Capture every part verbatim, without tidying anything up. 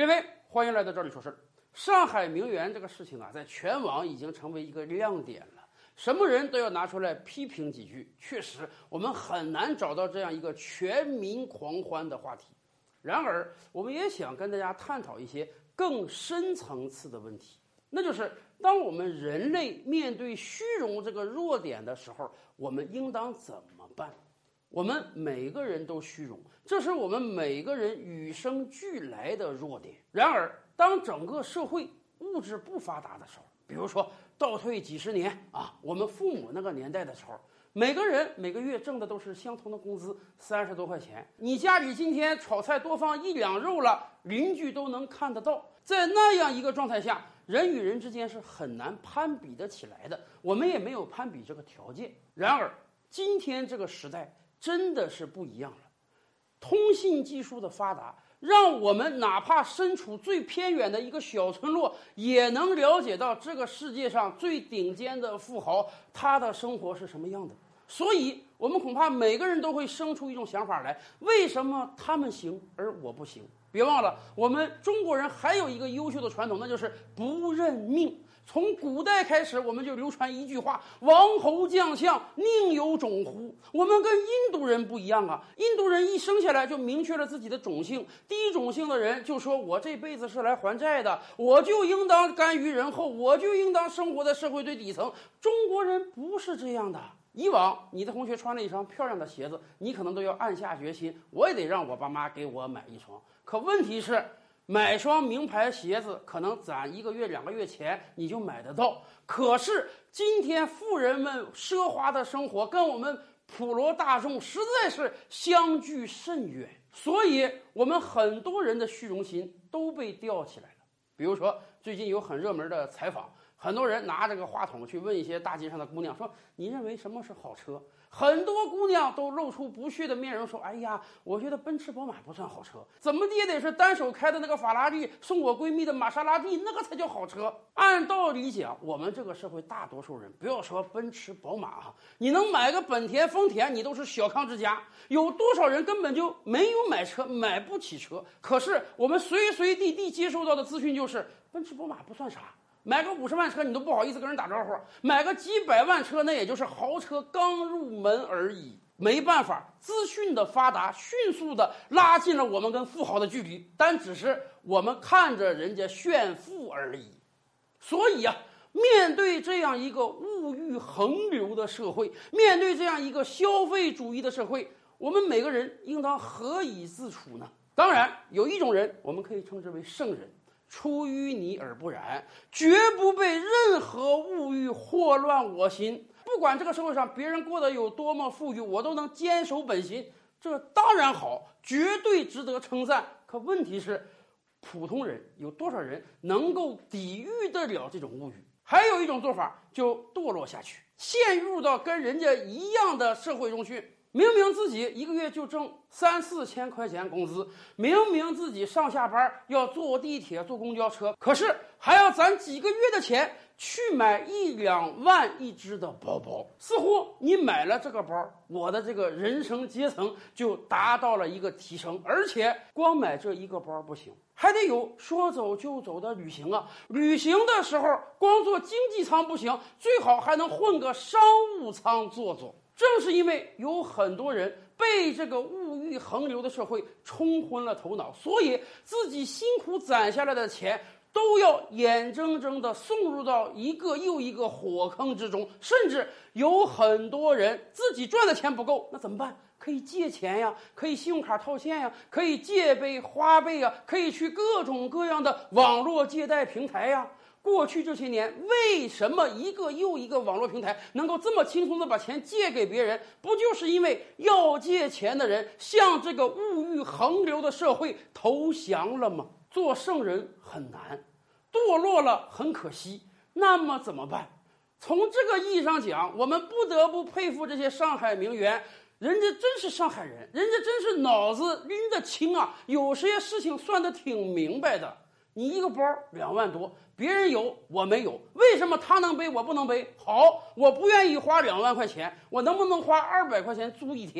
微微，欢迎来到这里说事儿。上海名媛这个事情啊，在全网已经成为一个亮点了，什么人都要拿出来批评几句。确实，我们很难找到这样一个全民狂欢的话题。然而，我们也想跟大家探讨一些更深层次的问题，那就是当我们人类面对虚荣这个弱点的时候，我们应当怎么办？我们每个人都虚荣，这是我们每个人与生俱来的弱点。然而，当整个社会物质不发达的时候，比如说倒退几十年啊，我们父母那个年代的时候，每个人每个月挣的都是相同的工资，三十多块钱。你家里今天炒菜多放一两肉了，邻居都能看得到。在那样一个状态下，人与人之间是很难攀比得起来的，我们也没有攀比这个条件。然而，今天这个时代真的是不一样了，通信技术的发达，让我们哪怕身处最偏远的一个小村落，也能了解到这个世界上最顶尖的富豪他的生活是什么样的。所以我们恐怕每个人都会生出一种想法来，为什么他们行而我不行？别忘了，我们中国人还有一个优秀的传统，那就是不认命。从古代开始，我们就流传一句话：王侯将相宁有种乎？我们跟印度人不一样啊，印度人一生下来就明确了自己的种姓，低种姓的人就说我这辈子是来还债的，我就应当甘于人后，我就应当生活在社会最底层。中国人不是这样的。以往你的同学穿了一双漂亮的鞋子，你可能都要暗下决心，我也得让我爸妈给我买一双。可问题是，买双名牌鞋子可能攒一个月两个月钱你就买得到，可是今天富人们奢华的生活跟我们普罗大众实在是相距甚远，所以我们很多人的虚荣心都被吊起来了。比如说最近有很热门的采访，很多人拿着个话筒去问一些大街上的姑娘说，你认为什么是好车？很多姑娘都露出不屑的面容说，哎呀，我觉得奔驰宝马不算好车，怎么的也得是单手开的那个法拉利，送我闺蜜的玛莎拉蒂，那个才叫好车。按道理讲，我们这个社会大多数人，不要说奔驰宝马啊，你能买个本田丰田，你都是小康之家。有多少人根本就没有买车，买不起车，可是我们随随地地接收到的资讯就是奔驰宝马不算啥，买个五十万车你都不好意思跟人打招呼，买个几百万车那也就是豪车刚入门而已。没办法，资讯的发达迅速的拉近了我们跟富豪的距离，但只是我们看着人家炫富而已。所以啊，面对这样一个物欲横流的社会，面对这样一个消费主义的社会，我们每个人应当何以自处呢？当然，有一种人我们可以称之为圣人，出淤泥而不染，绝不被任何物欲惑乱我心。不管这个社会上别人过得有多么富裕，我都能坚守本心，这当然好，绝对值得称赞。可问题是，普通人有多少人能够抵御得了这种物欲？还有一种做法，就堕落下去，陷入到跟人家一样的社会中去。明明自己一个月就挣三四千块钱工资，明明自己上下班要坐地铁坐公交车，可是还要攒几个月的钱去买一两万一只的包包。似乎你买了这个包，我的这个人生阶层就达到了一个提升。而且光买这一个包不行，还得有说走就走的旅行啊！旅行的时候光坐经济舱不行，最好还能混个商务舱坐坐。正是因为有很多人被这个物欲横流的社会冲昏了头脑，所以自己辛苦攒下来的钱都要眼睁睁地送入到一个又一个火坑之中。甚至有很多人自己赚的钱不够，那怎么办？可以借钱呀，可以信用卡套现呀，可以借呗花呗呀，可以去各种各样的网络借贷平台呀。过去这些年，为什么一个又一个网络平台能够这么轻松的把钱借给别人？不就是因为要借钱的人向这个物欲横流的社会投降了吗？做圣人很难，堕落了很可惜，那么怎么办？从这个意义上讲，我们不得不佩服这些上海名媛，人家真是上海人，人家真是脑子拎得清啊，有些事情算得挺明白的。你一个包两万多，别人有我没有，为什么他能背我不能背？好，我不愿意花两万块钱，我能不能花二百块钱租一天？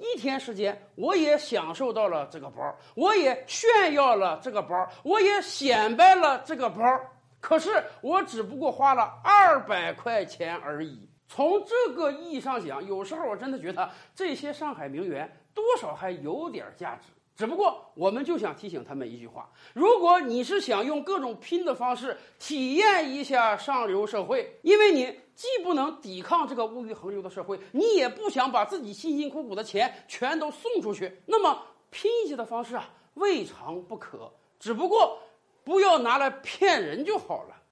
一天时间，我也享受到了这个包，我也炫耀了这个包，我也显摆了这个包。可是我只不过花了二百块钱而已。从这个意义上讲，有时候我真的觉得这些上海名媛多少还有点价值。只不过我们就想提醒他们一句话：如果你是想用各种拼的方式体验一下上流社会，因为你既不能抵抗这个物欲横流的社会，你也不想把自己辛辛苦苦的钱全都送出去，那么拼一些的方式啊，未尝不可。只不过不要拿来骗人就好了。